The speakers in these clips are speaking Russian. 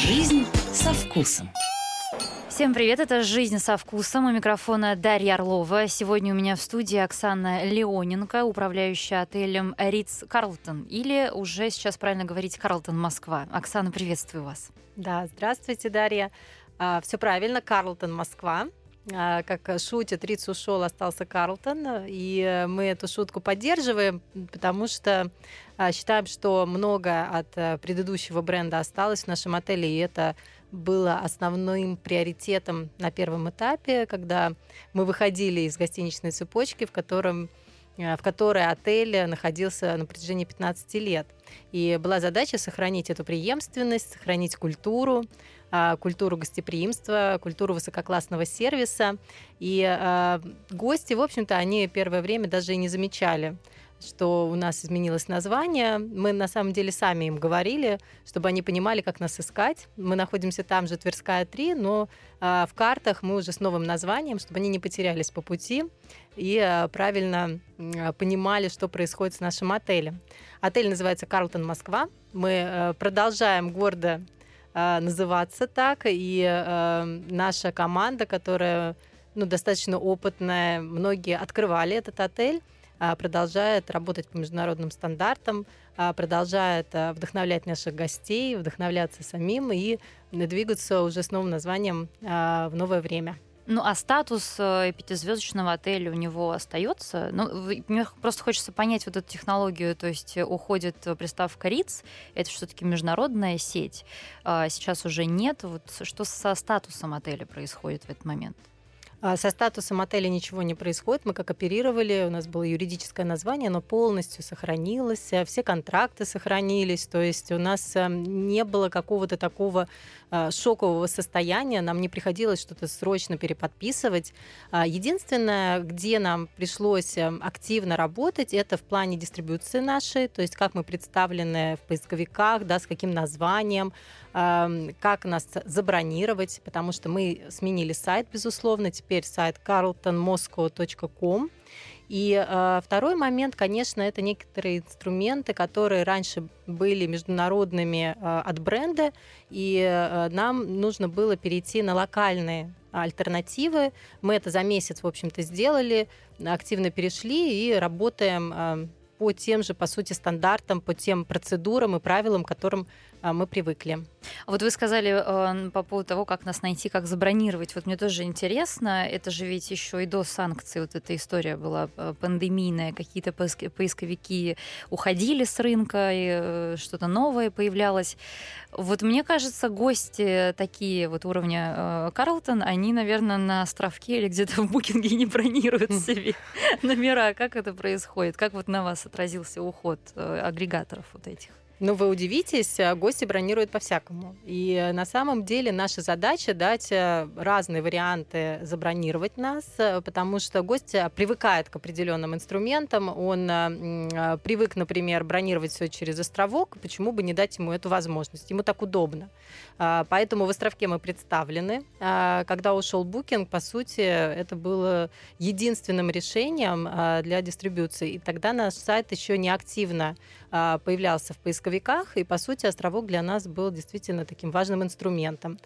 Жизнь со вкусом. Всем привет, это «Жизнь со вкусом». У микрофона Дарья Орлова. Сегодня у меня в студии Оксана Леоненко, управляющая отелем Ритц Карлтон, или уже сейчас правильно говорить Карлтон Москва. Оксана, приветствую вас. Да, здравствуйте, Дарья. Все правильно, Карлтон Москва. Как шутит, Ритц ушел, остался Карлтон. И мы эту шутку поддерживаем, потому что считаем, что многое от предыдущего бренда осталось в нашем отеле, и это было основным приоритетом на первом этапе, когда мы выходили из гостиничной цепочки, в которой отель находился на протяжении 15 лет. И была задача сохранить эту преемственность, сохранить культуру гостеприимства, культуру высококлассного сервиса. И гости, в общем-то, они первое время даже и не замечали, что у нас изменилось название. Мы, на самом деле, сами им говорили, чтобы они понимали, как нас искать. Мы находимся там же, Тверская, 3, но в картах мы уже с новым названием, чтобы они не потерялись по пути и правильно понимали, что происходит с нашим отелем. Отель называется «Карлтон Москва». Мы продолжаем гордо называться так, и наша команда, которая достаточно опытная, многие открывали этот отель, продолжает работать по международным стандартам, продолжает вдохновлять наших гостей, вдохновляться самим и двигаться уже с новым названием в новое время. Ну, а статус пятизвездочного отеля у него остается? Мне просто хочется понять вот эту технологию, то есть уходит приставка Ритц, это все-таки международная сеть, сейчас уже нет. Вот что со статусом отеля происходит в этот момент? Со статусом отеля ничего не происходит. Мы как оперировали, у нас было юридическое название, оно полностью сохранилось, все контракты сохранились, то есть у нас не было какого-то такого шокового состояния, нам не приходилось что-то срочно переподписывать. Единственное, где нам пришлось активно работать, это в плане дистрибуции нашей, то есть как мы представлены в поисковиках, да, с каким названием, как нас забронировать, потому что мы сменили сайт, безусловно, теперь сайт carltonmoscow.com. И второй момент, конечно, это некоторые инструменты, которые раньше были международными от бренда, и нам нужно было перейти на локальные альтернативы. Мы это за месяц, в общем-то, сделали, активно перешли и работаем по тем же, по сути, стандартам, по тем процедурам и правилам, к которым мы привыкли. Вот вы сказали по поводу того, как нас найти, как забронировать. Вот мне тоже интересно, это же ведь еще и до санкций вот эта история была пандемийная, какие-то поисковики уходили с рынка, и что-то новое появлялось. Вот мне кажется, гости такие вот уровня Карлтон, они, наверное, на островке или где-то в букинге не бронируют себе номера. Как это происходит? Как вот на вас отразился уход агрегаторов вот этих? Вы удивитесь, гости бронируют по-всякому. И на самом деле наша задача дать разные варианты забронировать нас, потому что гость привыкает к определенным инструментам, он привык, например, бронировать все через островок, почему бы не дать ему эту возможность? Ему так удобно. Поэтому в островке мы представлены. Когда ушел букинг, по сути, это было единственным решением для дистрибуции. И тогда наш сайт еще не активно появлялся в поисковиках, и, по сути, островок для нас был действительно таким важным инструментом.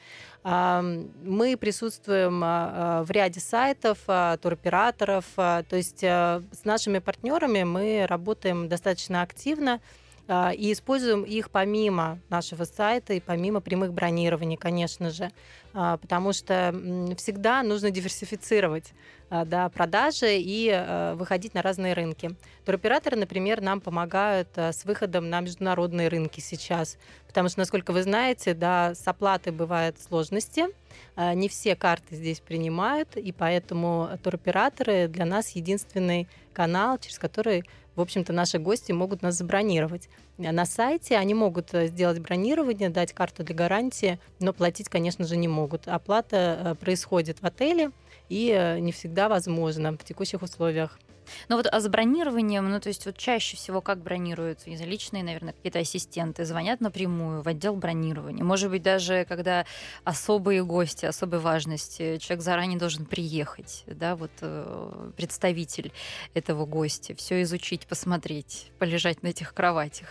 Мы присутствуем в ряде сайтов, туроператоров, то есть с нашими партнерами мы работаем достаточно активно, и используем их помимо нашего сайта и помимо прямых бронирований, конечно же, потому что всегда нужно диверсифицировать продажи и выходить на разные рынки. Туроператоры, например, нам помогают с выходом на международные рынки сейчас, потому что, насколько вы знаете, с оплатой бывают сложности, не все карты здесь принимают, и поэтому туроператоры для нас единственный канал, через который, в общем-то, наши гости могут нас забронировать. На сайте они могут сделать бронирование, дать карту для гарантии, но платить, конечно же, не могут. Оплата происходит в отеле и не всегда возможна в текущих условиях. Ну вот, а с бронированием, ну то есть вот чаще всего как бронируют? Не знаю, личные, наверное, какие-то ассистенты звонят напрямую в отдел бронирования. Может быть, даже когда особые гости, особой важности, человек заранее должен приехать, да, вот представитель этого гостя, все изучить, посмотреть, полежать на этих кроватях.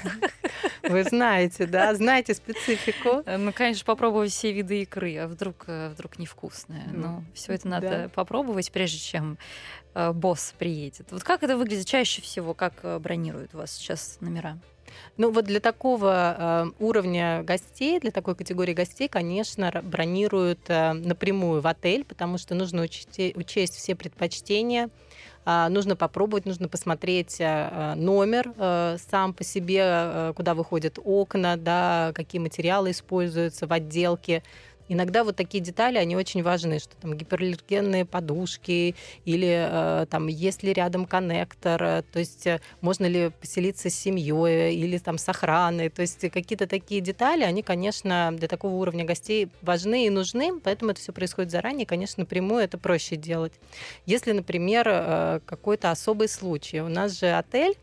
Вы знаете, да, знаете специфику. Ну, конечно, попробовать все виды икры, а вдруг невкусное. Ну, все это надо Да. попробовать, прежде чем босс приедет. Вот как это выглядит чаще всего, как бронируют у вас сейчас номера? Ну вот для такого уровня гостей, для такой категории гостей, конечно, бронируют напрямую в отель, потому что нужно учесть все предпочтения, нужно попробовать, нужно посмотреть номер сам по себе, куда выходят окна, да, какие материалы используются в отделке. Иногда вот такие детали, они очень важны, что там гипоаллергенные подушки или там есть ли рядом коннектор, то есть можно ли поселиться с семьей или там с охраной. То есть какие-то такие детали, они, конечно, для такого уровня гостей важны и нужны, поэтому это все происходит заранее, конечно, напрямую это проще делать. Если, например, какой-то особый случай. У нас же отель,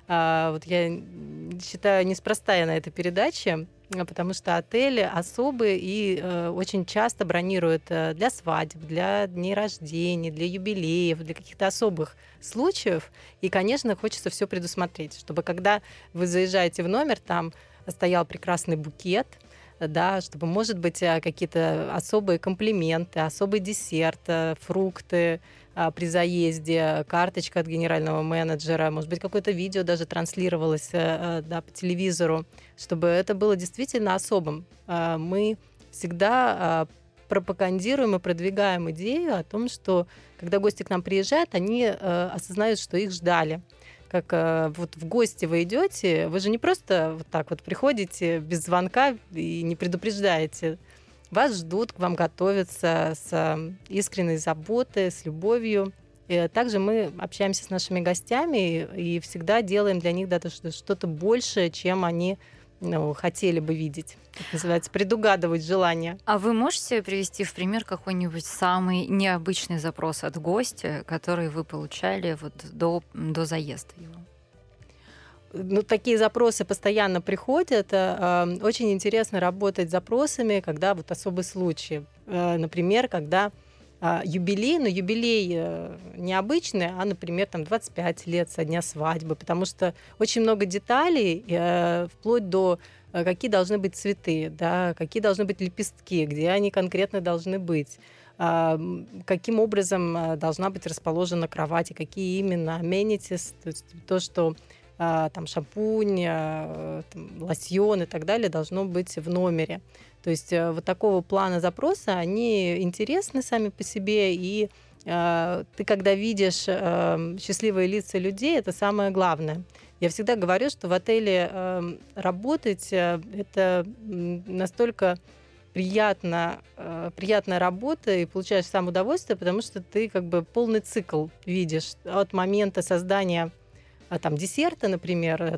вот я считаю, неспроста я на этой передаче, потому что отели особые и очень часто бронируют для свадеб, для дней рождения, для юбилеев, для каких-то особых случаев. И, конечно, хочется все предусмотреть, чтобы когда вы заезжаете в номер, там стоял прекрасный букет, да, чтобы, может быть, какие-то особые комплименты, особый десерт, фрукты при заезде, карточка от генерального менеджера, может быть, какое-то видео даже транслировалось да, по телевизору, чтобы это было действительно особым. Мы всегда пропагандируем и продвигаем идею о том, что когда гости к нам приезжают, они осознают, что их ждали. Как вот в гости вы идете, вы же не просто вот так вот приходите без звонка и не предупреждаете. Вас ждут, к вам готовятся с искренней заботой, с любовью. И также мы общаемся с нашими гостями и всегда делаем для них даже что-то большее, чем они хотели бы видеть. Это называется предугадывать желания. А вы можете привести в пример какой-нибудь самый необычный запрос от гостя, который вы получали вот до заезда его? Ну, такие запросы постоянно приходят. Очень интересно работать с запросами, когда вот особый случай. Например, когда юбилей, но юбилей необычный, а, например, там 25 лет со дня свадьбы, потому что очень много деталей, вплоть до какие должны быть цветы, да, какие должны быть лепестки, где они конкретно должны быть, каким образом должна быть расположена кровать, и какие именно amenities, то есть то, что там шампунь, там, лосьон и так далее должно быть в номере. То есть вот такого плана запроса, они интересны сами по себе, и ты, когда видишь счастливые лица людей, это самое главное. Я всегда говорю, что в отеле работать это настолько приятная работа, и получаешь сам удовольствие, потому что ты как бы полный цикл видишь от момента создания там, десерта, например,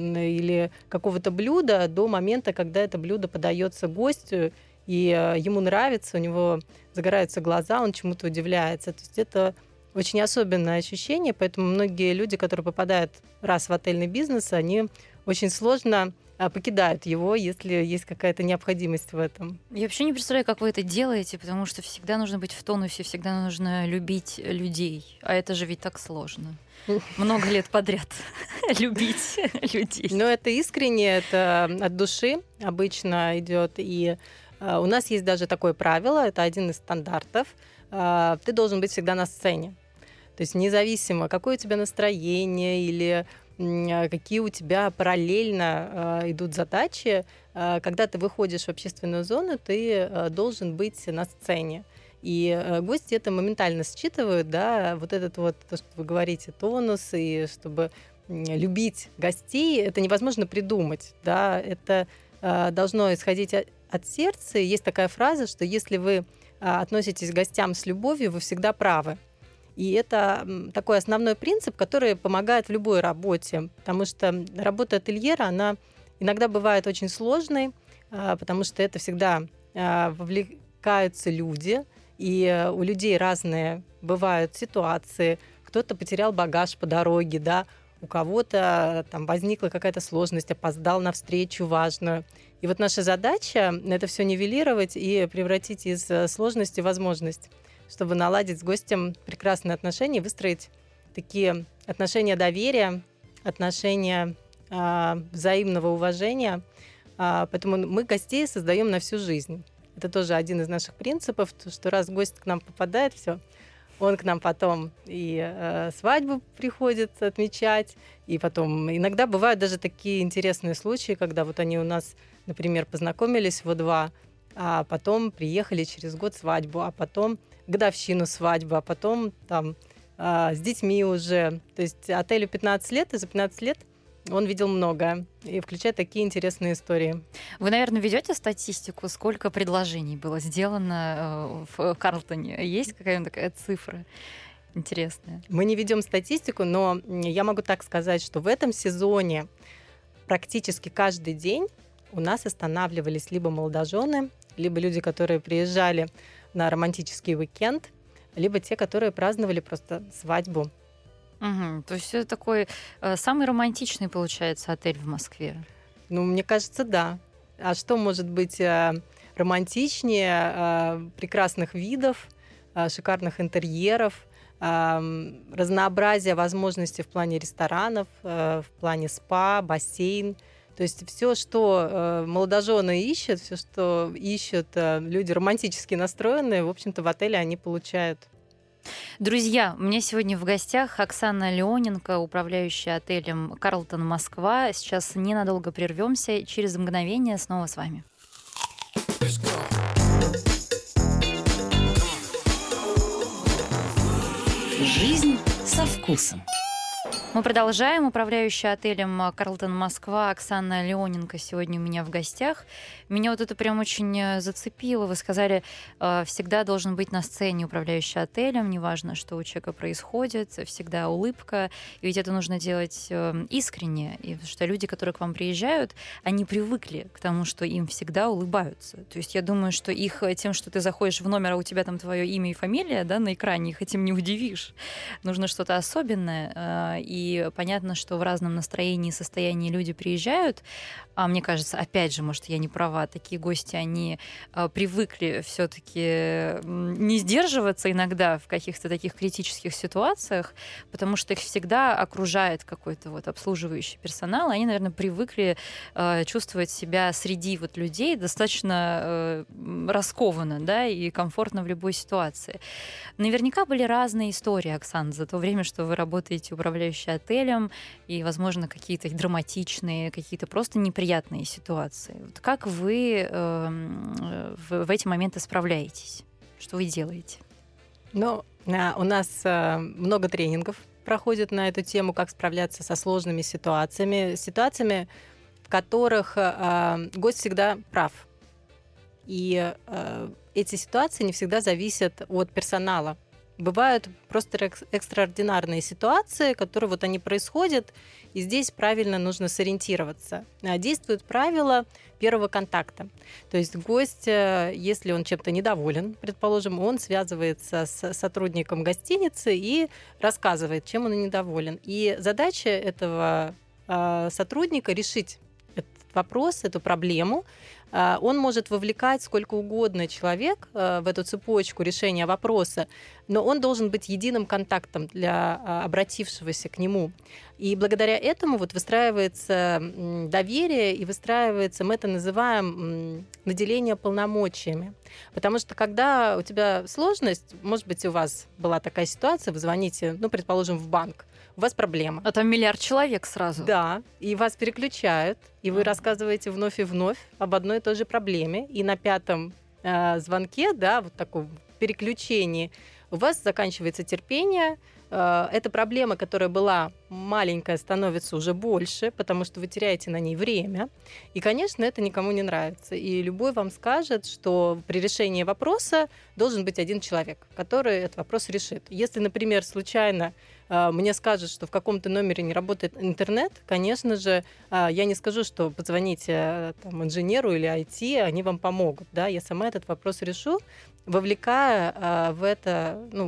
или какого-то блюда до момента, когда это блюдо подается гостю, и ему нравится, у него загораются глаза, он чему-то удивляется. То есть это очень особенное ощущение, поэтому многие люди, которые попадают раз в отельный бизнес, они очень сложно покидают его, если есть какая-то необходимость в этом. Я вообще не представляю, как вы это делаете, потому что всегда нужно быть в тонусе, всегда нужно любить людей. А это же ведь так сложно. Много лет подряд любить людей. Но это искренне, это от души обычно идет. И у нас есть даже такое правило, это один из стандартов. Ты должен быть всегда на сцене. То есть независимо, какое у тебя настроение или какие у тебя параллельно идут задачи, когда ты выходишь в общественную зону, ты должен быть на сцене. И гости это моментально считывают, да, вот этот вот, то, что вы говорите, тонус, и чтобы любить гостей, это невозможно придумать, да, это должно исходить от сердца. И есть такая фраза, что если вы относитесь к гостям с любовью, вы всегда правы. И это такой основной принцип, который помогает в любой работе, потому что работа ательера, она иногда бывает очень сложной, потому что это всегда вовлекаются люди, и у людей разные бывают ситуации. кто-то потерял багаж по дороге, да, у кого-то там возникла какая-то сложность, опоздал на встречу важную. И вот наша задача это все нивелировать и превратить из сложности в возможность, чтобы наладить с гостем прекрасные отношения и выстроить такие отношения доверия, отношения взаимного уважения. Поэтому мы гостей создаем на всю жизнь. Это тоже один из наших принципов, что раз гость к нам попадает, все, он к нам потом и свадьбу приходит отмечать, и потом иногда бывают даже такие интересные случаи, когда вот они у нас, например, познакомились в О2, а потом приехали через год свадьбу, а потом годовщину свадьбы, а потом там с детьми уже. То есть отелю 15 лет, и за 15 лет он видел многое, и включает такие интересные истории. Вы, наверное, ведете статистику, сколько предложений было сделано в Карлтоне? Есть какая-нибудь такая цифра интересная? Мы не ведем статистику, но я могу так сказать, что в этом сезоне практически каждый день у нас останавливались либо молодожены, либо люди, которые приезжали на романтический уикенд, либо те, которые праздновали просто свадьбу. Угу. То есть это такой самый романтичный, получается, отель в Москве. Ну, мне кажется, да. А что может быть романтичнее прекрасных видов, шикарных интерьеров, разнообразия возможностей в плане ресторанов, в плане спа, бассейн. То есть все, что молодожены ищут, все, что ищут люди романтически настроенные, в общем-то, в отеле они получают. Друзья, у меня сегодня в гостях Оксана Леоненко, управляющая отелем «Карлтон Москва». Сейчас ненадолго прервемся, через мгновение снова с вами. Жизнь со вкусом. Мы продолжаем. Управляющая отелем «Карлтон Москва» Оксана Леоненко сегодня у меня в гостях. Меня вот это прям очень зацепило. Вы сказали, всегда должен быть на сцене управляющий отелем, неважно, что у человека происходит, всегда улыбка. И ведь это нужно делать искренне. И что люди, которые к вам приезжают, они привыкли к тому, что им всегда улыбаются. То есть я думаю, что их тем, что ты заходишь в номер, а у тебя там твое имя и фамилия, да, на экране, их этим не удивишь. Нужно что-то особенное. И понятно, что в разном настроении и состоянии люди приезжают. А мне кажется, опять же, может, я не права, такие гости, они привыкли все-таки не сдерживаться иногда в каких-то таких критических ситуациях, потому что их всегда окружает какой-то вот обслуживающий персонал. Они, наверное, привыкли чувствовать себя среди вот людей достаточно раскованно, да, и комфортно в любой ситуации. Наверняка были разные истории, Оксана, за то время, что вы работаете управляющей отелем, и, возможно, какие-то драматичные, какие-то просто неприятные ситуации. Вот как вы в эти моменты справляетесь? Что вы делаете? Ну, у нас много тренингов проходит на эту тему, как справляться со сложными ситуациями, в которых гость всегда прав. И эти ситуации не всегда зависят от персонала. Бывают просто экстраординарные ситуации, которые вот они происходят, и здесь правильно нужно сориентироваться. Действует правило первого контакта. То есть гость, если он чем-то недоволен, предположим, он связывается с сотрудником гостиницы и рассказывает, чем он недоволен. И задача этого сотрудника решить этот вопрос, эту проблему. Он может вовлекать сколько угодно человек в эту цепочку решения вопроса, но он должен быть единым контактом для обратившегося к нему. И благодаря этому вот выстраивается доверие и выстраивается, мы это называем, наделение полномочиями. Потому что когда у тебя сложность, может быть, у вас была такая ситуация, вы звоните, ну, предположим, в банк, у вас проблема. А там миллиард человек сразу. Да, и вас переключают, и вы рассказываете вновь и вновь об одной и той же проблеме. И на пятом звонке, да, вот таком переключении, у вас заканчивается терпение. Эта проблема, которая была маленькая, становится уже больше, потому что вы теряете на ней время. И, конечно, это никому не нравится. И любой вам скажет, что при решении вопроса должен быть один человек, который этот вопрос решит. Если, например, случайно мне скажут, что в каком-то номере не работает интернет, конечно же, я не скажу, что позвоните там, инженеру или IT, они вам помогут. Да? Я сама этот вопрос решу, вовлекая в это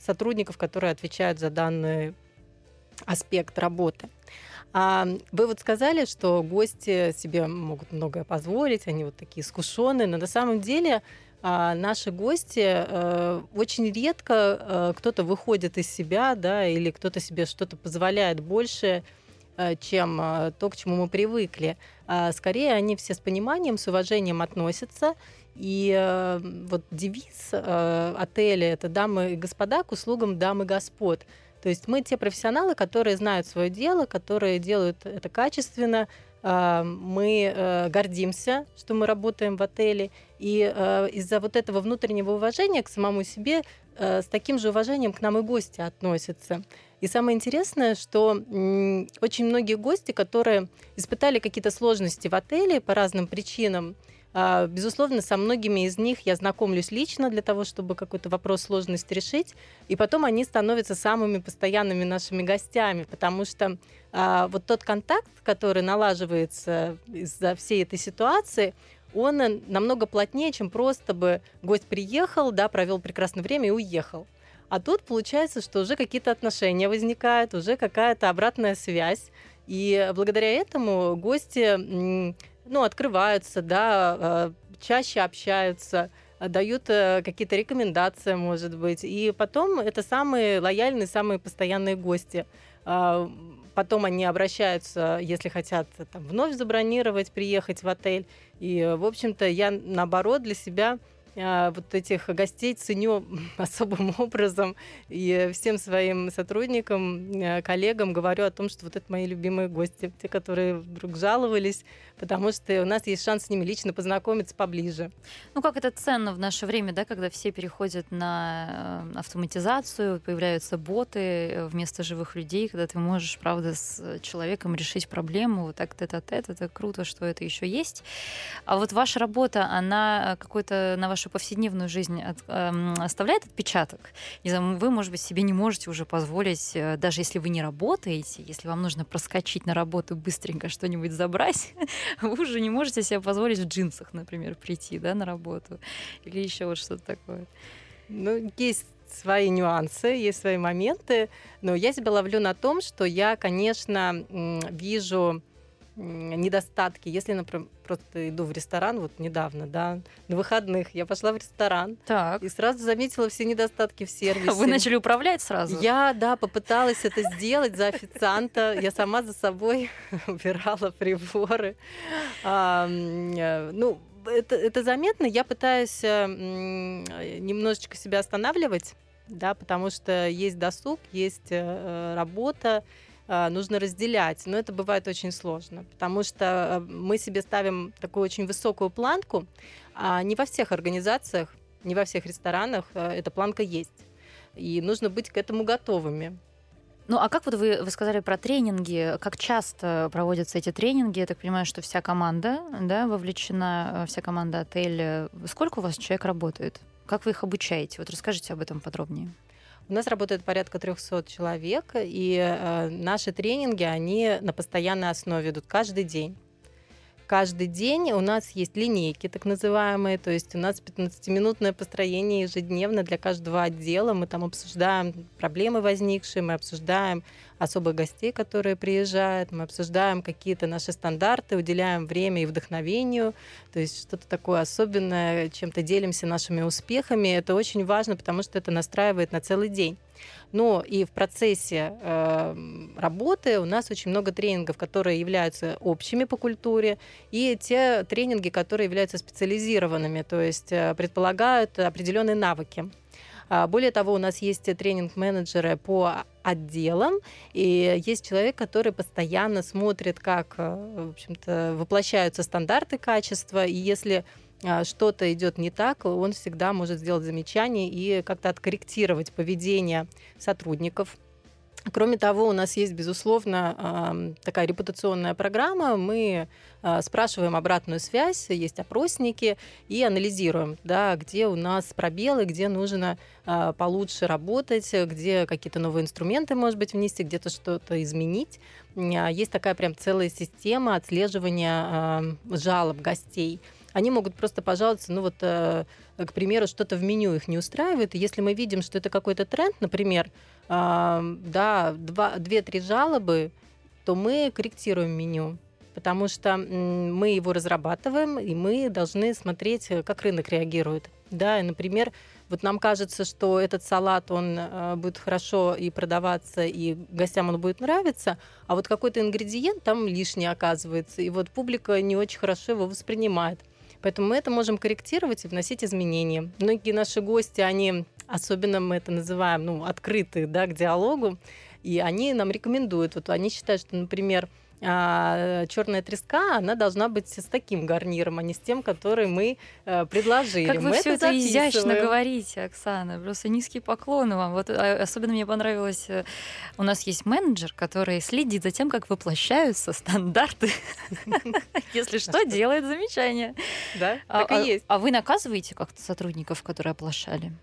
сотрудников, которые отвечают за данный аспект работы. Вы вот сказали, что гости себе могут многое позволить, они вот такие искушенные, но на самом деле наши гости очень редко кто-то выходит из себя, да, или кто-то себе что-то позволяет больше, чем то, к чему мы привыкли. Скорее, они все с пониманием, с уважением относятся. И вот девиз отеля — это «Дамы и господа к услугам дам и господ». То есть мы те профессионалы, которые знают свое дело, которые делают это качественно. Мы гордимся, что мы работаем в отеле. И из-за вот этого внутреннего уважения к самому себе с таким же уважением к нам и гости относятся. И самое интересное, что очень многие гости, которые испытали какие-то сложности в отеле по разным причинам, безусловно, со многими из них я знакомлюсь лично для того, чтобы какой-то вопрос сложности решить. И потом они становятся самыми постоянными нашими гостями, потому что вот тот контакт, который налаживается из-за всей этой ситуации, он намного плотнее, чем просто бы гость приехал, да, провел прекрасное время и уехал. А тут получается, что уже какие-то отношения возникают, уже какая-то обратная связь. И благодаря этому гости открываются, да, чаще общаются, дают какие-то рекомендации, может быть. И потом это самые лояльные, самые постоянные гости. Потом они обращаются, если хотят там вновь забронировать, приехать в отель. И, в общем-то, я, наоборот, для себя вот этих гостей ценю особым образом. И всем своим сотрудникам, коллегам говорю о том, что вот это мои любимые гости, те, которые вдруг жаловались, потому что у нас есть шанс с ними лично познакомиться поближе. Ну, как это ценно в наше время, да, когда все переходят на автоматизацию, появляются боты вместо живых людей, когда ты можешь, правда, с человеком решить проблему вот так тет-а-тет. Это круто, что это еще есть. А вот ваша работа, она какой-то на вашу повседневную жизнь оставляет отпечаток? Не знаю, вы, может быть, себе не можете уже позволить, даже если вы не работаете, если вам нужно проскочить на работу быстренько что-нибудь забрать, вы уже не можете себе позволить в джинсах, например, прийти, да, на работу или еще вот что-то такое. Ну, есть свои нюансы, есть свои моменты, но я себя ловлю на том, что я, конечно, вижу недостатки. Если, например, просто иду в ресторан, вот недавно, да, на выходных я пошла в ресторан Так. и сразу заметила все недостатки в сервисе. Вы начали управлять сразу? Я, да, попыталась это сделать за официанта. Я сама за собой убирала приборы. Ну, это заметно. Я пытаюсь немножечко себя останавливать, да, потому что есть досуг, есть работа, нужно разделять. Но это бывает очень сложно, потому что мы себе ставим такую очень высокую планку. Не во всех организациях, не во всех ресторанах эта планка есть. И нужно быть к этому готовыми. Ну, а как вот вы сказали про тренинги, как часто проводятся эти тренинги? Я так понимаю, что вся команда, да, вовлечена, вся команда отеля. Сколько у вас человек работает? Как вы их обучаете? Вот расскажите об этом подробнее. У нас работает порядка 300 человек, и наши тренинги, они на постоянной основе идут каждый день. Каждый день у нас есть линейки, так называемые, то есть у нас 15-минутное построение ежедневно для каждого отдела. Мы там обсуждаем проблемы возникшие, мы обсуждаем особых гостей, которые приезжают, мы обсуждаем какие-то наши стандарты, уделяем время и вдохновению, то есть что-то такое особенное, чем-то делимся нашими успехами. Это очень важно, потому что это настраивает на целый день. Но и в процессе работы у нас очень много тренингов, которые являются общими по культуре, и те тренинги, которые являются специализированными, то есть предполагают определенные навыки. Более того, у нас есть тренинг-менеджеры по отделам, и есть человек, который постоянно смотрит, как, в общем-то, воплощаются стандарты качества, и если что-то идет не так, он всегда может сделать замечание и как-то откорректировать поведение сотрудников. Кроме того, у нас есть, безусловно, такая репутационная программа. Мы спрашиваем обратную связь, есть опросники и анализируем, да, где у нас пробелы, где нужно получше работать, где какие-то новые инструменты, может быть, внести, где-то что-то изменить. Есть такая прям целая система отслеживания жалоб гостей. они могут просто пожаловаться, к примеру, что-то в меню их не устраивает. И если мы видим, что это какой-то тренд, например, 2-3 жалобы, то мы корректируем меню, потому что мы его разрабатываем, и мы должны смотреть, как рынок реагирует. Да, и, например, вот нам кажется, что этот салат, он будет хорошо и продаваться, и гостям он будет нравиться, а вот какой-то ингредиент там лишний оказывается, и вот публика не очень хорошо его воспринимает. Поэтому мы это можем корректировать и вносить изменения. Многие наши гости, они, особенно мы это называем, открытые, да, к диалогу, и они нам рекомендуют. Вот они считают, что, например, черная треска, она должна быть с таким гарниром, а не с тем, который мы предложили. Как вы мы все это изящно записываем. говорите, Оксана. Просто низкий поклон вам. Вот особенно мне понравилось, у нас есть менеджер, который следит за тем, как воплощаются стандарты. Если что, делает замечания. Да, так и есть. А вы наказываете как-то сотрудников, которые оплошали?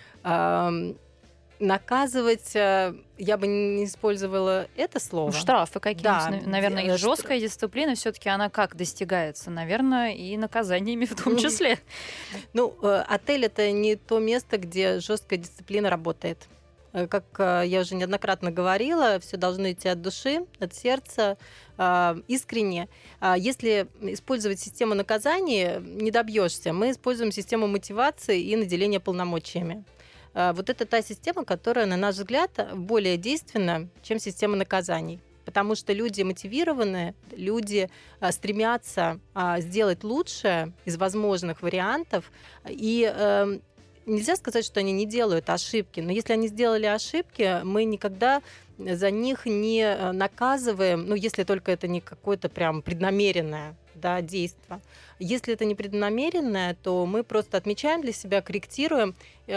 Наказывать я бы не использовала это слово. Штрафы какие-нибудь, Да, наверное, и жесткая дисциплина все-таки она как достигается? Наверное, и наказаниями в том числе. Отель это не то место, где жесткая дисциплина работает. Как я уже неоднократно говорила, все должно идти от души, от сердца, искренне. Если использовать систему наказания, не добьешься. Мы используем систему мотивации и наделения полномочиями. Вот это та система, которая, на наш взгляд, более действенна, чем система наказаний. Потому что люди мотивированные, люди стремятся сделать лучшее из возможных вариантов. И нельзя сказать, что они не делают ошибки. Но если они сделали ошибки, мы никогда за них не наказываем, если только это не какое-то прям преднамеренное действие. Если это не преднамеренное, то мы просто отмечаем для себя, корректируем,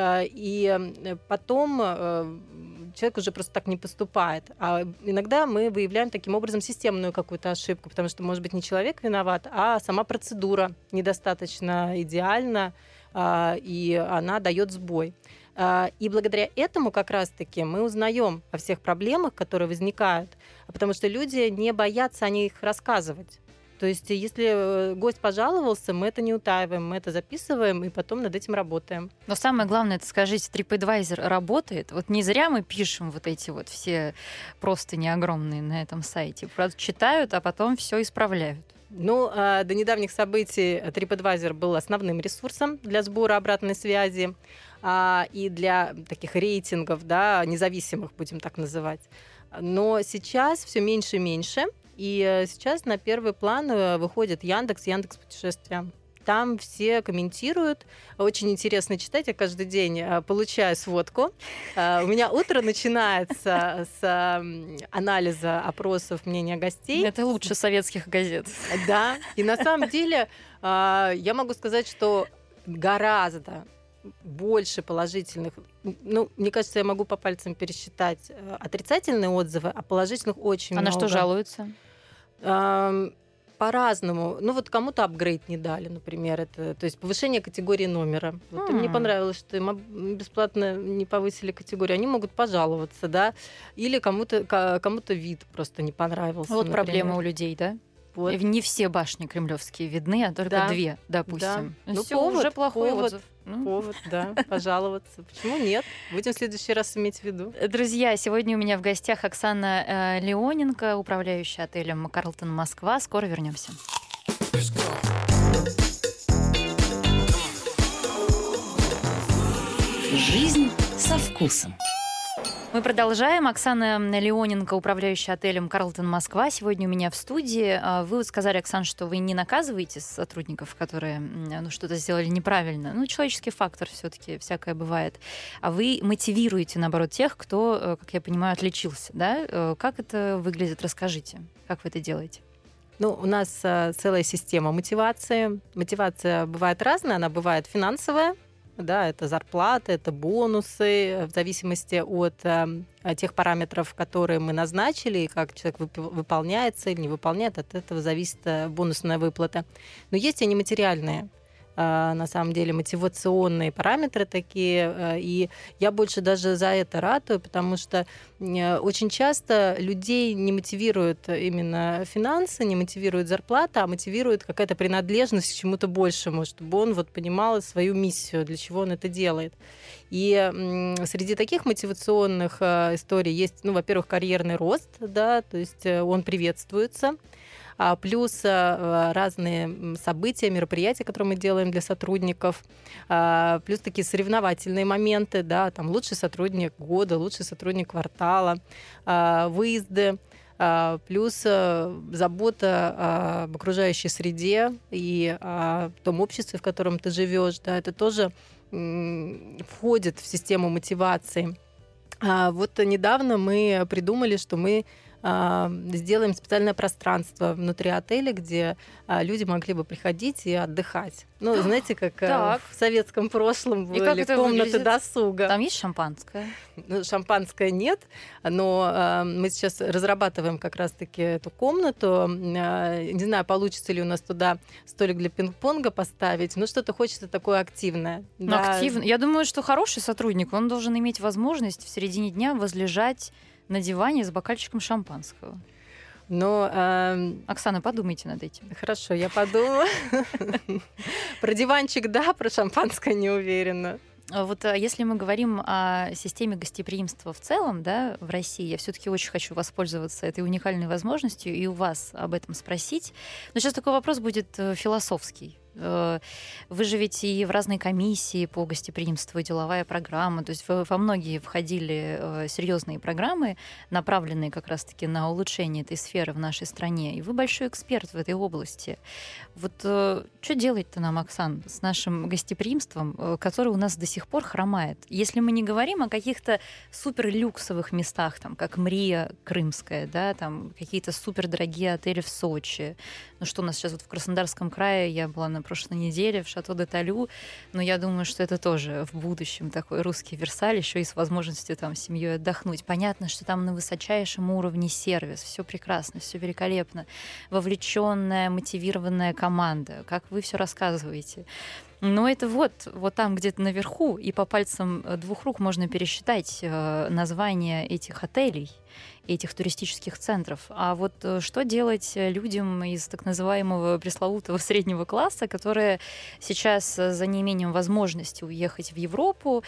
и потом человек уже просто так не поступает. А иногда мы выявляем таким образом системную какую-то ошибку, потому что, может быть, не человек виноват, а сама процедура недостаточно идеальна, и она дает сбой. И благодаря этому как раз-таки мы узнаем о всех проблемах, которые возникают, потому что люди не боятся о них рассказывать. То есть, если гость пожаловался, мы это не утаиваем, мы это записываем и потом над этим работаем. Но самое главное, это скажите, TripAdvisor работает? Вот не зря мы пишем вот эти вот все простыни огромные на этом сайте. Правда, читают, а потом все исправляют. До недавних событий TripAdvisor был основным ресурсом для сбора обратной связи и для таких рейтингов, независимых, будем так называть. Но сейчас все меньше и меньше. И сейчас на первый план выходит Яндекс Путешествия. Там все комментируют. Очень интересно читать. Я каждый день получаю сводку. У меня утро начинается с анализа опросов мнения гостей. Это лучше советских газет. Да. И на самом деле я могу сказать, что гораздо больше положительных. Мне кажется, я могу по пальцам пересчитать отрицательные отзывы, а положительных очень много. А на что жалуются? По-разному. Кому-то апгрейд не дали, например. То есть повышение категории номера. Им не понравилось, что им бесплатно не повысили категорию. Они могут пожаловаться, да. Или кому-то вид просто не понравился. Вот например. проблема у людей, да? Вот. Не все башни кремлевские видны, а только 2, допустим. Да. Всё, уже плохой отзыв. Повод, пожаловаться. Почему нет? Будем в следующий раз иметь в виду. Друзья, сегодня у меня в гостях Оксана Леоненко, управляющая отелем «Карлтон Москва». Скоро вернемся. Жизнь со вкусом. Мы продолжаем. Оксана Леоненко, управляющая отелем «Карлтон Москва». Сегодня у меня в студии. Вы сказали, Оксана, что вы не наказываете сотрудников, которые что-то сделали неправильно. Человеческий фактор все-таки всякое бывает. А вы мотивируете, наоборот, тех, кто, как я понимаю, отличился. Да? Как это выглядит? Расскажите, как вы это делаете? У нас целая система мотивации. Мотивация бывает разная. Она бывает финансовая. Да, это зарплата, это бонусы, в зависимости от тех параметров, которые мы назначили, и как человек выполняется или не выполняет, от этого зависит бонусная выплата. Но есть и нематериальные. на самом деле мотивационные параметры такие, и я больше даже за это ратую, потому что очень часто людей не мотивирует именно финансы, не мотивирует зарплата, а мотивирует какая-то принадлежность к чему-то большему, чтобы он вот понимал свою миссию, для чего он это делает. И среди таких мотивационных историй есть, во-первых, карьерный рост, да, то есть он приветствуется, плюс разные события, мероприятия, которые мы делаем для сотрудников, плюс такие соревновательные моменты, да, там лучший сотрудник года, лучший сотрудник квартала, выезды, плюс забота об окружающей среде и о том обществе, в котором ты живешь, да, это тоже входит в систему мотивации. Вот недавно мы придумали, что мы сделаем специальное пространство внутри отеля, где люди могли бы приходить и отдыхать. Знаете, как в советском прошлом были комнаты досуга. Там есть шампанское? Шампанское нет, но мы сейчас разрабатываем как раз-таки эту комнату. Не знаю, получится ли у нас туда столик для пинг-понга поставить, но что-то хочется такое активное. Да. Активно. Я думаю, что хороший сотрудник, он должен иметь возможность в середине дня возлежать на диване с бокальчиком шампанского. Но, Оксана, подумайте над этим. Хорошо, я подумаю. Про диванчик, да, про шампанское не уверена. Вот если мы говорим о системе гостеприимства в целом, да, в России, я все-таки очень хочу воспользоваться этой уникальной возможностью и у вас об этом спросить. Но сейчас такой вопрос будет философский. Вы же ведь и в разные комиссии по гостеприимству, и деловая программа, то есть во многие входили серьезные программы, направленные как раз-таки на улучшение этой сферы в нашей стране, и вы большой эксперт в этой области. Вот что делать-то нам, Оксан, с нашим гостеприимством, которое у нас до сих пор хромает? Если мы не говорим о каких-то суперлюксовых местах, там, как Мрия Крымская, да, там какие-то супердорогие отели в Сочи, что у нас сейчас вот в Краснодарском крае, я была на прошлой неделе в Шато де Талю, но я думаю, что это тоже в будущем такой русский Версаль, еще и с возможностью там с семьей отдохнуть. Понятно, что там на высочайшем уровне сервис, все прекрасно, все великолепно, вовлеченная, мотивированная команда, как вы все рассказываете. Но это вот там где-то наверху, и по пальцам двух рук можно пересчитать названия этих отелей, этих туристических центров. А вот что делать людям из так называемого пресловутого среднего класса, которые сейчас за неимением возможности уехать в Европу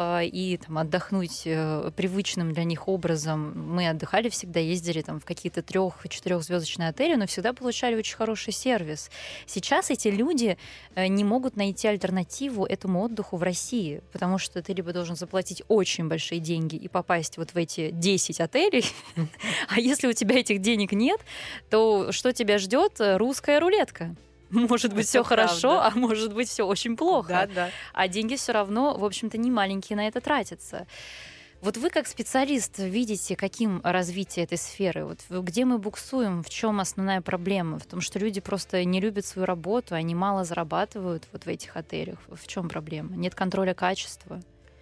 и там, отдохнуть привычным для них образом? Мы отдыхали всегда, ездили там, в какие-то 3-4-звездочные отели, но всегда получали очень хороший сервис. Сейчас эти люди не могут найти альтернативу этому отдыху в России, потому что ты либо должен заплатить очень большие деньги и попасть вот в эти 10 отелей, а если у тебя этих денег нет, то что тебя ждет? Русская рулетка. Может быть, все хорошо, а может быть, все очень плохо. Да. А деньги все равно, в общем-то, не маленькие на это тратятся. Вот вы как специалист видите, каким развитие этой сферы? Вот где мы буксуем, в чем основная проблема? В том, что люди просто не любят свою работу, они мало зарабатывают вот в этих отелях. В чем проблема? Нет контроля качества?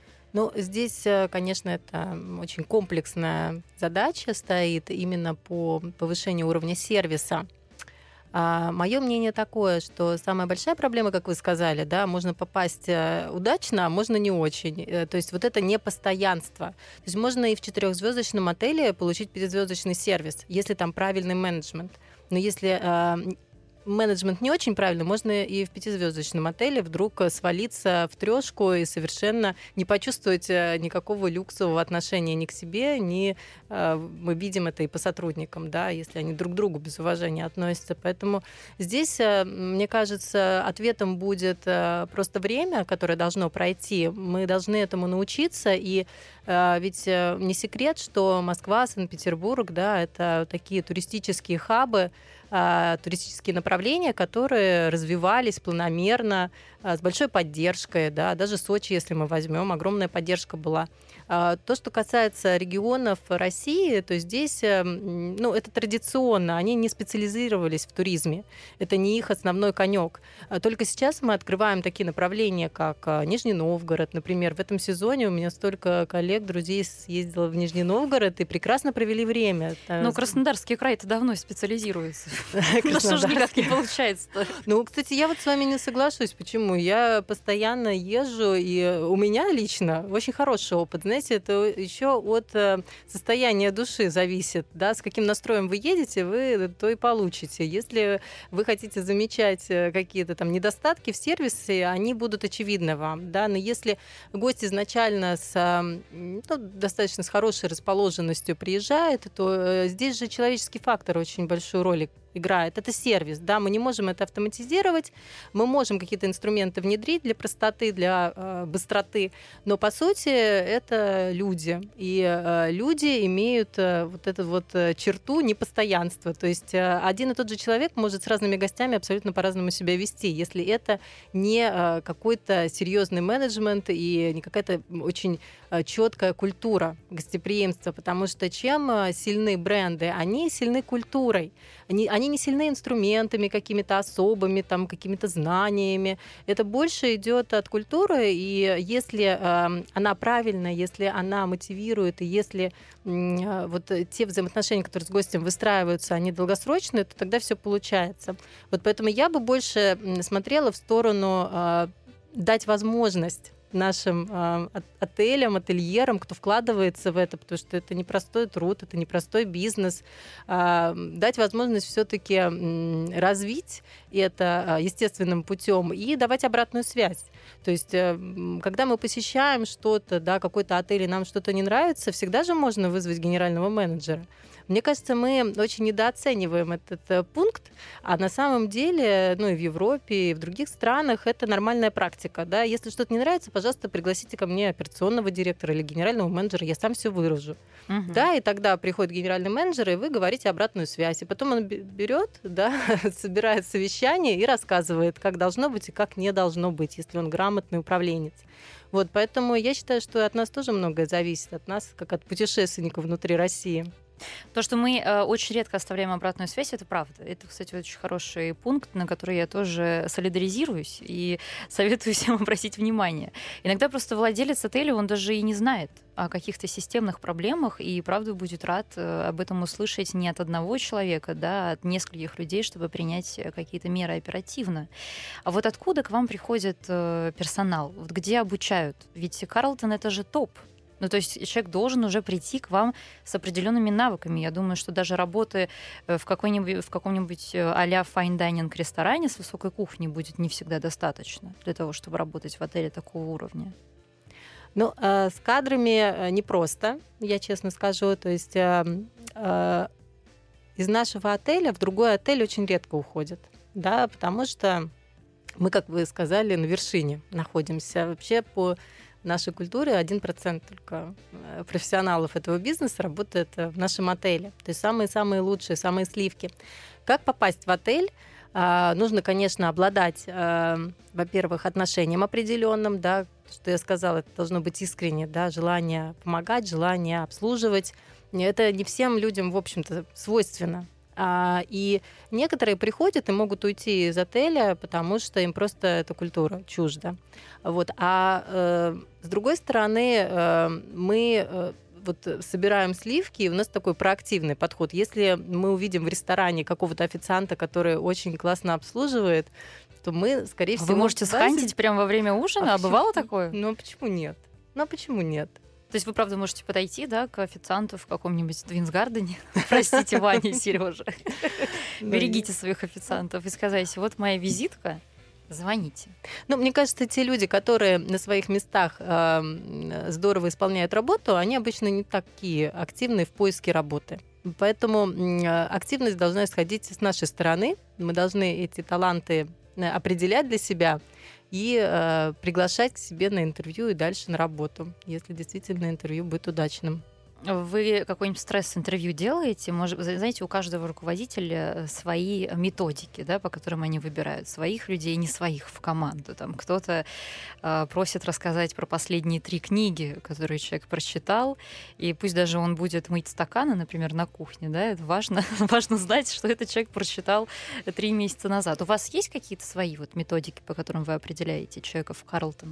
Здесь, конечно, это очень комплексная задача стоит именно по повышению уровня сервиса. Мое мнение такое, что самая большая проблема, как вы сказали, да, можно попасть удачно, а можно не очень. То есть вот это непостоянство. То есть можно и в 4-звездочном отеле получить 5-звездочный сервис, если там правильный менеджмент. Но если менеджмент не очень правильный, можно и в 5-звездочном отеле вдруг свалиться в 3 и совершенно не почувствовать никакого люксового отношения ни к себе, ни мы видим это и по сотрудникам, да, если они друг к другу без уважения относятся. Поэтому здесь, мне кажется, ответом будет просто время, которое должно пройти. Мы должны этому научиться, и ведь не секрет, что Москва, Санкт-Петербург, да, это такие туристические хабы, туристические направления, которые развивались планомерно, с большой поддержкой, да, даже Сочи, если мы возьмем, огромная поддержка была. То, что касается регионов России, то здесь, это традиционно, они не специализировались в туризме, это не их основной конек. Только сейчас мы открываем такие направления, как Нижний Новгород, например. В этом сезоне у меня столько коллег коллег, друзей съездила в Нижний Новгород и прекрасно провели время. Ну, Краснодарский край-то давно специализируется. Ну что же никак не получается-то? Ну, кстати, я вот с вами не соглашусь. Почему? Я постоянно езжу, и у меня лично очень хороший опыт. Знаете, это еще от состояния души зависит, да, с каким настроем вы едете, вы то и получите. Если вы хотите замечать какие-то там недостатки в сервисе, они будут очевидны вам, да, но если гость изначально достаточно с хорошей расположенностью приезжает, то здесь же человеческий фактор очень большую роль играет. Это сервис, да, мы не можем это автоматизировать, мы можем какие-то инструменты внедрить для простоты, для быстроты, но по сути это люди, и люди имеют вот эту вот черту непостоянства, то есть один и тот же человек может с разными гостями абсолютно по-разному себя вести, если это не какой-то серьезный менеджмент и не какая-то очень четкая культура гостеприимства, потому что чем сильны бренды, они сильны культурой, они не сильны инструментами какими-то особыми, там, какими-то знаниями. Это больше идет от культуры, и если она правильная, если она мотивирует, и если вот те взаимоотношения, которые с гостем выстраиваются, они долгосрочные, то тогда все получается. Вот поэтому я бы больше смотрела в сторону дать возможность нашим отелям, ательерам, кто вкладывается в это, потому что это непростой труд, это непростой бизнес, дать возможность все-таки развить это естественным путем и давать обратную связь. То есть, когда мы посещаем что-то, да, какой-то отель, и нам что-то не нравится, всегда же можно вызвать генерального менеджера. Мне кажется, мы очень недооцениваем этот пункт, а на самом деле, ну и в Европе, и в других странах это нормальная практика. Да? Если что-то не нравится, пожалуйста, пригласите ко мне операционного директора или генерального менеджера, я сам все выражу. Угу. Да, и тогда приходит генеральный менеджер, и вы говорите обратную связь. И потом он берет, да, собирает совещание и рассказывает, как должно быть и как не должно быть, если он грамотный управленец. Вот, поэтому я считаю, что от нас тоже многое зависит, от нас, как от путешественников внутри России. То, что мы очень редко оставляем обратную связь, это правда. Это, кстати, очень хороший пункт, на который я тоже солидаризируюсь и советую всем обратить внимание. Иногда просто владелец отеля, он даже и не знает о каких-то системных проблемах, и правда будет рад об этом услышать не от одного человека, да, а от нескольких людей, чтобы принять какие-то меры оперативно. А вот откуда к вам приходит персонал? Вот где обучают? Ведь Карлтон — это же топ. Ну, то есть человек должен уже прийти к вам с определенными навыками. Я думаю, что даже работы в каком-нибудь а-ля файн-дайнинг ресторане с высокой кухней будет не всегда достаточно для того, чтобы работать в отеле такого уровня. Ну, с кадрами непросто, я честно скажу. То есть из нашего отеля в другой отель очень редко уходят, да, потому что мы, как вы сказали, на вершине находимся. Вообще по нашей культуре 1% только профессионалов этого бизнеса работает в нашем отеле. То есть самые-самые лучшие, самые сливки. Как попасть в отель? Нужно, конечно, обладать, во-первых, отношением определенным, да, что я сказала, это должно быть искренне, да, желание помогать, желание обслуживать. Это не всем людям, в общем-то, свойственно. И некоторые приходят и могут уйти из отеля, потому что им просто эта культура чужда. Вот. А с другой стороны, мы вот собираем сливки, и у нас такой проактивный подход. Если мы увидим в ресторане какого-то официанта, который очень классно обслуживает, то мы, скорее всего... Вы можете схантить прямо во время ужина? А бывало такое? Ну, почему нет? Почему нет? То есть вы, правда, можете подойти, да, к официанту в каком-нибудь Твинсгардене, простите, Ваня и Сережа, берегите своих официантов и сказать: вот моя визитка, звоните. Ну, мне кажется, те люди, которые на своих местах здорово исполняют работу, они обычно не такие активные в поиске работы. Поэтому активность должна исходить с нашей стороны. Мы должны эти таланты определять для себя и приглашать к себе на интервью и дальше на работу, если действительно интервью будет удачным. Вы какой-нибудь стресс-интервью делаете? Может, знаете, у каждого руководителя свои методики, да, по которым они выбирают своих людей, не своих в команду. Там кто-то просит рассказать про последние 3 книги, которые человек прочитал, и пусть даже он будет мыть стаканы, например, на кухне, да, это важно, важно знать, что этот человек прочитал 3 месяца назад. У вас есть какие-то свои вот методики, по которым вы определяете человека в Карлтон?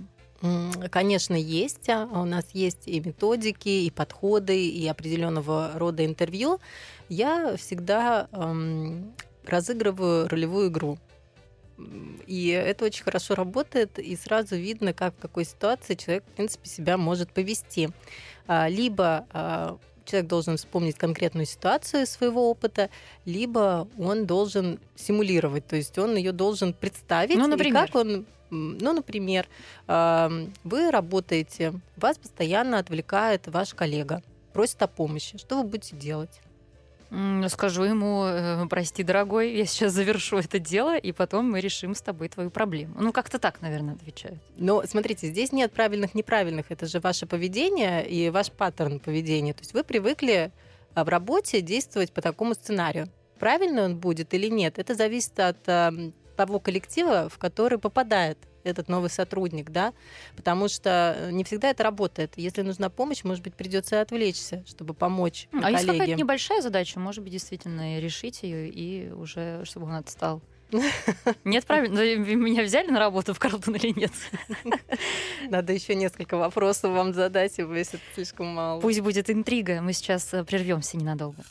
Конечно, есть. У нас есть и методики, и подходы, и определенного рода интервью. Я всегда разыгрываю ролевую игру. И это очень хорошо работает, и сразу видно, как в какой ситуации человек, в принципе, себя может повести. Либо человек должен вспомнить конкретную ситуацию своего опыта, либо он должен симулировать, то есть он ее должен представить. Ну, например? И как он, например, вы работаете, вас постоянно отвлекает ваш коллега, просит о помощи. Что вы будете делать? Скажу ему: прости, дорогой, я сейчас завершу это дело, и потом мы решим с тобой твою проблему. Ну, как-то так, наверное, отвечают. Но смотрите, здесь нет правильных, неправильных. Это же ваше поведение и ваш паттерн поведения. То есть вы привыкли в работе действовать по такому сценарию. Правильно он будет или нет, это зависит от того коллектива, в который попадает этот новый сотрудник, да, потому что не всегда это работает. Если нужна помощь, может быть, придется отвлечься, чтобы помочь коллеге. А если какая-то небольшая задача, может быть, действительно решить ее и уже, чтобы он отстал. Нет, правильно. Меня взяли на работу в Карлтон или нет? Надо еще несколько вопросов вам задать, если это слишком мало. Пусть будет интрига. Мы сейчас прервемся ненадолго.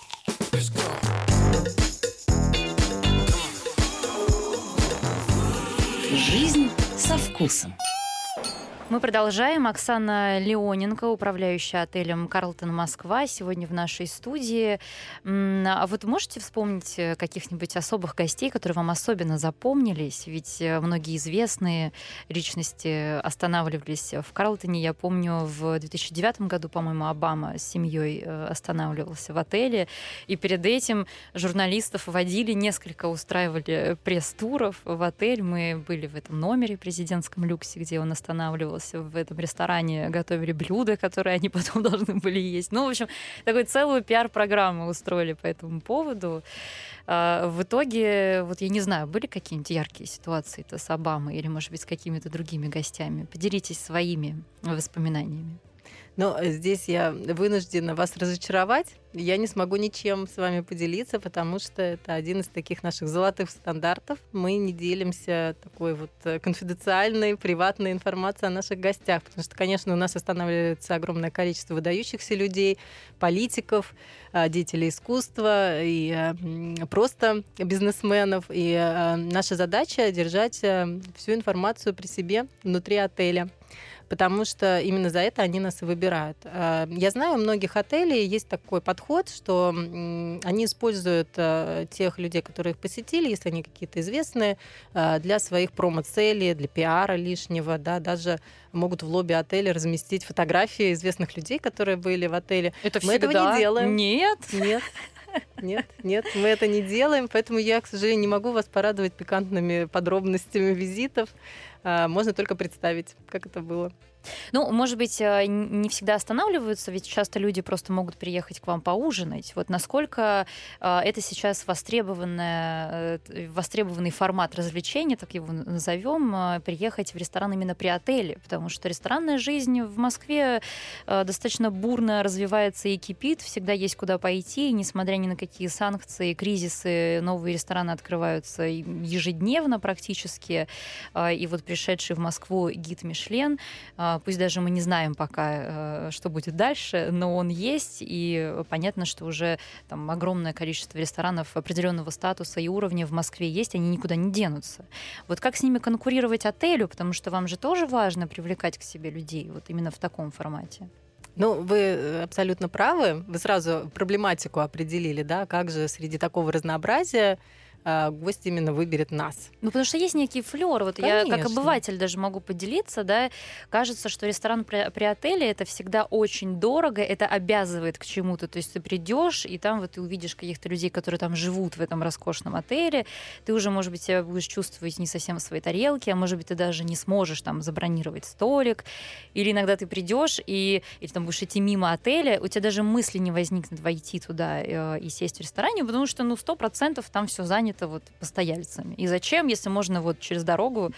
Жизнь со вкусом. Мы продолжаем. Оксана Леоненко, управляющая отелем «Карлтон Москва», сегодня в нашей студии. А вот можете вспомнить каких-нибудь особых гостей, которые вам особенно запомнились? Ведь многие известные личности останавливались в Карлтоне. Я помню, в 2009 году, по-моему, Обама с семьей останавливался в отеле. И перед этим журналистов водили, несколько устраивали пресс-туров в отель. Мы были в этом номере президентском люксе, где он останавливался. В этом ресторане готовили блюда, которые они потом должны были есть. Ну, в общем, такую целую пиар-программу устроили по этому поводу. В итоге, вот я не знаю, были какие-нибудь яркие ситуации-то с Обамой или, может быть, с какими-то другими гостями? Поделитесь своими воспоминаниями. Но здесь я вынуждена вас разочаровать. Я не смогу ничем с вами поделиться, потому что это один из таких наших золотых стандартов. Мы не делимся такой вот конфиденциальной, приватной информацией о наших гостях, потому что, конечно, у нас останавливается огромное количество выдающихся людей, политиков, деятелей искусства и просто бизнесменов. И наша задача держать всю информацию при себе внутри отеля, потому что именно за это они нас и выбирают. Я знаю, у многих отелей есть такой подход, что они используют тех людей, которые их посетили, если они какие-то известные, для своих промо-целей, для пиара лишнего, да, даже могут в лобби отеля разместить фотографии известных людей, которые были в отеле. Это мы всегда... этого не делаем. Нет? Нет, мы это не делаем, поэтому я, к сожалению, не могу вас порадовать пикантными подробностями визитов. Можно только представить, как это было. Ну, может быть, не всегда останавливаются, ведь часто люди просто могут приехать к вам поужинать. Вот насколько это сейчас востребованный формат развлечения, так его назовем, приехать в ресторан именно при отеле, потому что ресторанная жизнь в Москве достаточно бурно развивается и кипит, всегда есть куда пойти, и несмотря ни на какие санкции, кризисы, новые рестораны открываются ежедневно практически. И вот пришедший в Москву гид Мишлен, пусть даже мы не знаем пока, что будет дальше, но он есть, и понятно, что уже там огромное количество ресторанов определенного статуса и уровня в Москве есть, они никуда не денутся. Вот как с ними конкурировать отелю, потому что вам же тоже важно привлекать к себе людей вот именно в таком формате. Ну, вы абсолютно правы. Вы сразу проблематику определили, да, как же среди такого разнообразия гость именно выберет нас. Ну, потому что есть некий флёр. Вот я как обыватель даже могу поделиться, да, кажется, что ресторан при отеле это всегда очень дорого, это обязывает к чему-то. То есть ты придешь, и там вот ты увидишь каких-то людей, которые там живут в этом роскошном отеле, ты уже, может быть, себя будешь чувствовать не совсем в своей тарелке, а может быть, ты даже не сможешь там забронировать столик. Или иногда ты придешь или там будешь идти мимо отеля, у тебя даже мысли не возникнет войти туда и сесть в ресторане, потому что, 100% там все занято занято вот постояльцами? И зачем, если можно вот через дорогу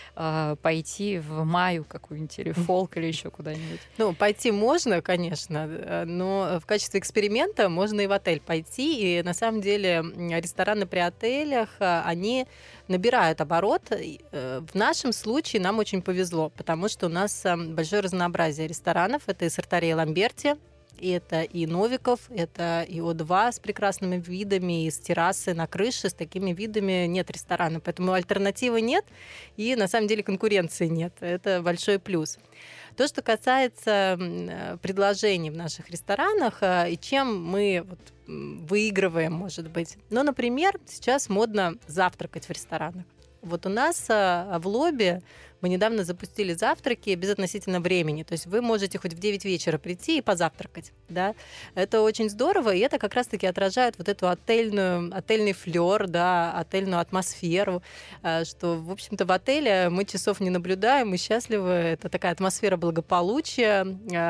пойти в Маю какую-нибудь или Фолк или еще куда-нибудь? Ну, пойти можно, конечно, но в качестве эксперимента можно и в отель пойти. И на самом деле рестораны при отелях, они набирают оборот. В нашем случае нам очень повезло, потому что у нас большое разнообразие ресторанов. Это и Сартария Ламберти, и это и Новиков, это и О2 с прекрасными видами, и с террасы на крыше, с такими видами нет ресторана. Поэтому альтернативы нет, и на самом деле конкуренции нет. Это большой плюс. То, что касается предложений в наших ресторанах, и чем мы выигрываем, может быть. Ну, например, сейчас модно завтракать в ресторанах. Вот у нас в лобби мы недавно запустили завтраки без относительно времени. То есть вы можете хоть в 9 вечера прийти и позавтракать. Да? Это очень здорово, и это как раз-таки отражает вот эту отельный флёр, да, отельную атмосферу, что, в общем-то, в отеле мы часов не наблюдаем, мы счастливы. Это такая атмосфера благополучия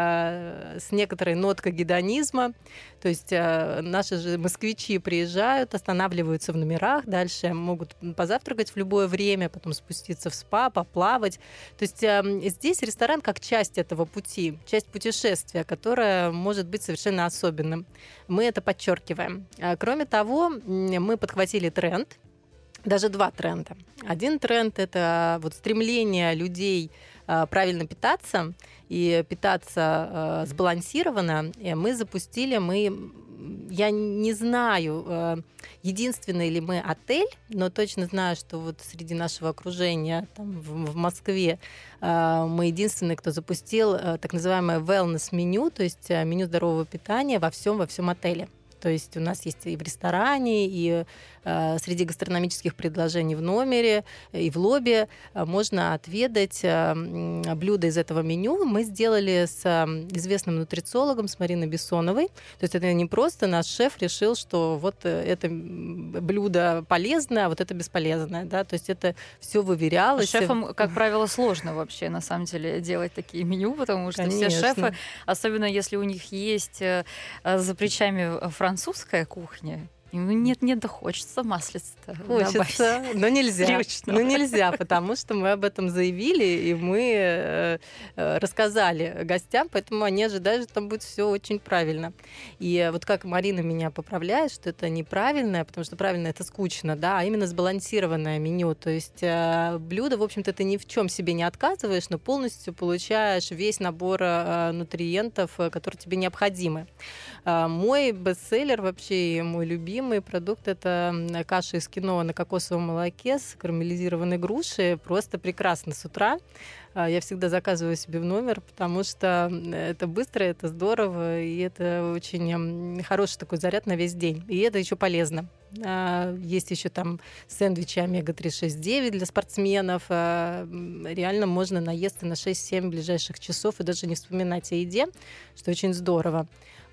с некоторой ноткой гедонизма. То есть наши же москвичи приезжают, останавливаются в номерах, дальше могут позавтракать в любое время, потом спуститься в спа, поплавать. То есть здесь ресторан как часть этого пути, часть путешествия, которое может быть совершенно особенным. Мы это подчеркиваем. Кроме того, мы подхватили тренд, даже два тренда. Один тренд – это вот стремление людей правильно питаться и питаться сбалансированно. И мы запустили, я не знаю, единственный ли мы отель, но точно знаю, что вот среди нашего окружения там, в Москве мы единственные, кто запустил так называемое wellness-меню, то есть меню здорового питания во всем отеле. То есть у нас есть и в ресторане, и среди гастрономических предложений в номере, и в лобби можно отведать блюда из этого меню. Мы сделали с известным нутрициологом, с Мариной Бессоновой. То есть это не просто наш шеф решил, что вот это блюдо полезное, а вот это бесполезное. Да? То есть это все выверялось. Шефам, как правило, сложно вообще, на самом деле, делать такие меню, потому что Конечно. все шефы, особенно если у них есть за плечами французская кухня, нет, да хочется маслица-то Хочется, но нельзя. Сливочного. Ну нельзя, потому что мы об этом заявили, и мы рассказали гостям, поэтому они ожидают, что там будет все очень правильно. И вот как Марина меня поправляет, что это неправильное, потому что правильно это скучно, да, а именно сбалансированное меню. То есть блюдо, в общем-то, ты ни в чем себе не отказываешь, но полностью получаешь весь набор нутриентов, которые тебе необходимы. Мой бестселлер вообще, мой любимый продукт — это каша из киноа на кокосовом молоке с карамелизированной грушей. Просто прекрасно с утра. Я всегда заказываю себе в номер, потому что это быстро, это здорово, и это очень хороший такой заряд на весь день. И это еще полезно. Есть еще там сэндвичи омега-3,6,9 для спортсменов. Реально можно наесться на 6-7 ближайших часов и даже не вспоминать о еде, что очень здорово.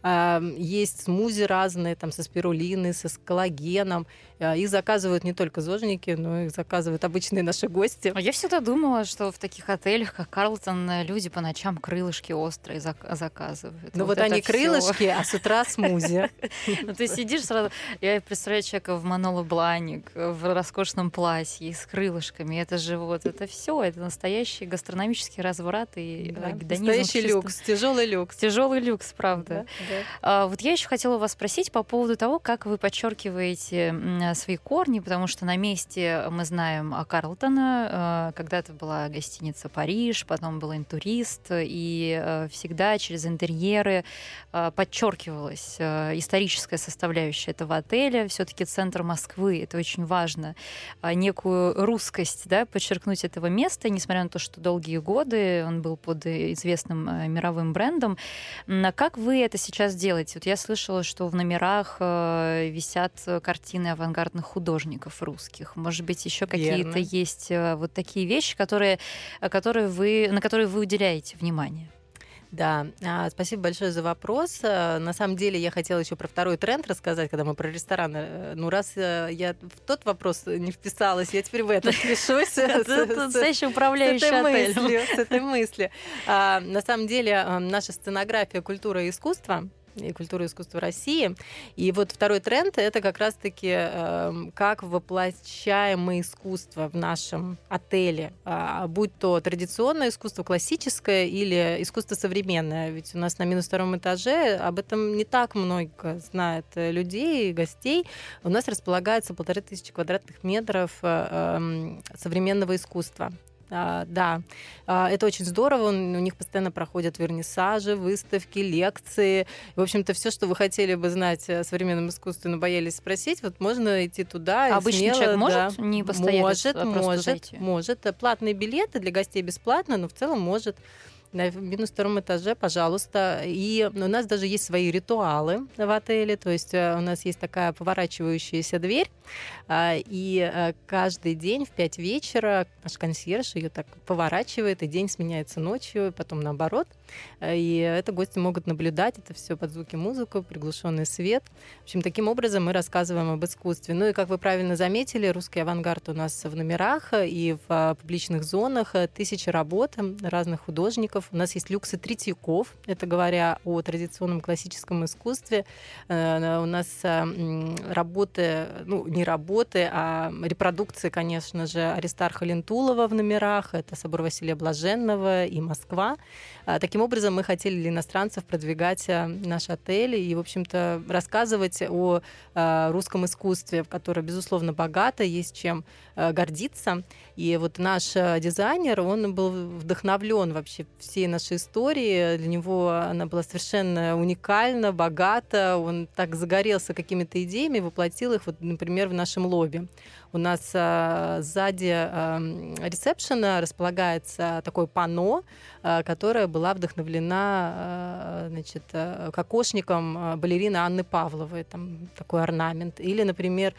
Есть смузи разные, там, со спирулиной, с коллагеном. Их заказывают не только зожники, но их заказывают обычные наши гости. А я всегда думала, что в таких отелях, как Карлтон, люди по ночам крылышки острые заказывают. Ну вот они крылышки, а с утра смузи. Ну ты сидишь сразу... Я представляю человека в Маноло Бланик, в роскошном платье с крылышками. Это же вот, это все, это настоящий гастрономический разврат и гедонизм. Настоящий люкс, тяжелый люкс. Тяжелый люкс, правда. Вот я еще хотела вас спросить по поводу того, как вы подчеркиваете свои корни, потому что на месте мы знаем Карлтона, когда-то была гостиница «Париж», потом был «Интурист», и всегда через интерьеры подчеркивалась историческая составляющая этого отеля, все-таки центр Москвы, это очень важно, некую русскость, да, подчеркнуть этого места, несмотря на то, что долгие годы он был под известным мировым брендом. Как вы это сейчас делаете? Вот я слышала, что в номерах висят картины авангардных художников русских. Может быть, еще какие-то есть вот такие вещи, на которые вы уделяете внимание? Да, спасибо большое за вопрос. На самом деле я хотела еще про второй тренд рассказать, когда мы про рестораны. Ну, раз я в тот вопрос не вписалась, я теперь в этот впишусь. Настоящий управляющий отелем. С этой мысли. На самом деле наша сценография, культура и искусство и культуру и искусства России. И вот второй тренд — это как раз-таки как воплощаем мы искусство в нашем отеле, будь то традиционное искусство, классическое или искусство современное. Ведь у нас на -2 этаже об этом не так много знает людей, гостей. У нас располагается 1500 квадратных метров современного искусства. Да, это очень здорово. У них постоянно проходят вернисажи, выставки, лекции. В общем-то, все, что вы хотели бы знать о современном искусстве, но боялись спросить, вот можно идти туда. Обычный смело, человек может не постоялец просто зайти? Может. Платные билеты для гостей бесплатно, но в целом может. На -2 этаже, пожалуйста. И у нас даже есть свои ритуалы в отеле. То есть у нас есть такая поворачивающаяся дверь. И каждый день в 5 вечера наш консьерж ее так поворачивает, и день сменяется ночью, и потом наоборот. И это гости могут наблюдать. Это все под звуки музыки, приглушенный свет. В общем, таким образом мы рассказываем об искусстве. Ну и, как вы правильно заметили, русский авангард у нас в номерах и в публичных зонах. 1000 работ разных художников. У нас есть люксы Третьяков, это говоря о традиционном классическом искусстве. У нас работы, не работы, а репродукции, конечно же, Аристарха Лентулова в номерах, это собор Василия Блаженного и Москва. Таким образом, мы хотели для иностранцев продвигать наш отель и, в общем-то, рассказывать о русском искусстве, которое, безусловно, богато, есть чем гордиться. И вот наш дизайнер, он был вдохновлен вообще всей нашей истории. Для него она была совершенно уникальна, богата. Он так загорелся какими-то идеями, воплотил их, вот, например, в нашем лобби. У нас сзади ресепшена располагается такое панно, которое была вдохновлена кокошником балерины Анны Павловой, там такой орнамент. Или, например,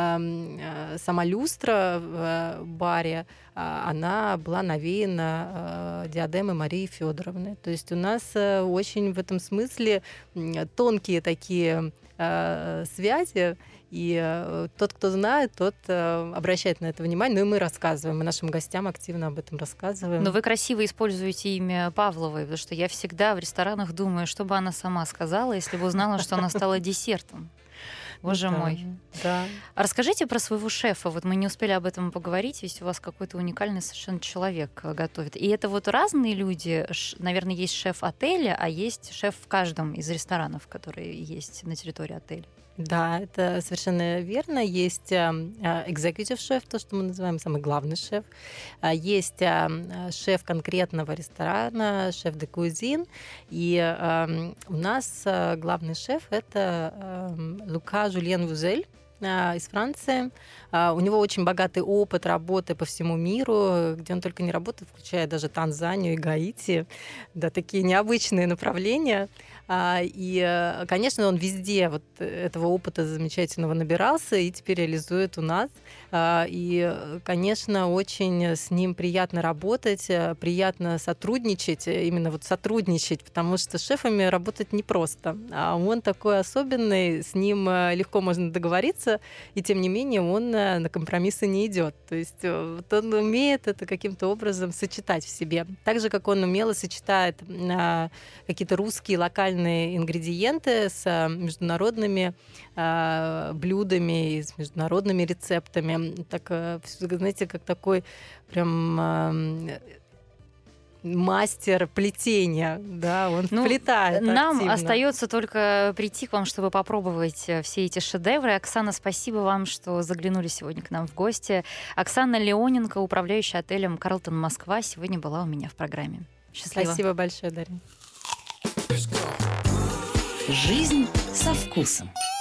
сама люстра в баре, она была навеяна диадемой Марии Федоровны. То есть у нас очень в этом смысле тонкие такие связи, и тот, кто знает, тот обращает на это внимание. Ну и мы рассказываем, мы нашим гостям активно об этом рассказываем. Но вы красиво используете имя Павловой, потому что я всегда в ресторанах думаю, что бы она сама сказала, если бы узнала, что она стала десертом. Боже мой. Да. А расскажите про своего шефа. Вот мы не успели об этом поговорить, ведь у вас какой-то уникальный совершенно человек готовит. И это вот разные люди. Наверное, есть шеф отеля, а есть шеф в каждом из ресторанов, которые есть на территории отеля. Да, это совершенно верно. Есть executive шеф, то, что мы называем самый главный шеф. Есть шеф конкретного ресторана, шеф де кузин. И у нас главный шеф — это Лука Жюльен Вузель из Франции. У него очень богатый опыт работы по всему миру, где он только не работает, включая даже Танзанию и Гаити. Да, такие необычные направления. И, конечно, он везде вот этого опыта замечательного набирался и теперь реализует у нас. И, конечно, очень с ним приятно работать, приятно сотрудничать, именно вот сотрудничать, потому что с шефами работать непросто. А он такой особенный, с ним легко можно договориться, и тем не менее он на компромиссы не идет. То есть вот он умеет это каким-то образом сочетать в себе. Так же, как он умело сочетает какие-то русские локальные ингредиенты с международными блюдами и с международными рецептами. Так, знаете, как такой прям мастер плетения, да, он вплетает нам активно. остается только прийти к вам, чтобы попробовать все эти шедевры. Оксана, спасибо вам, что заглянули сегодня к нам в гости. Оксана Леоненко, управляющая отелем «Карлтон Москва», сегодня была у меня в программе. Счастливо. Спасибо большое, Дарья. Жизнь со вкусом.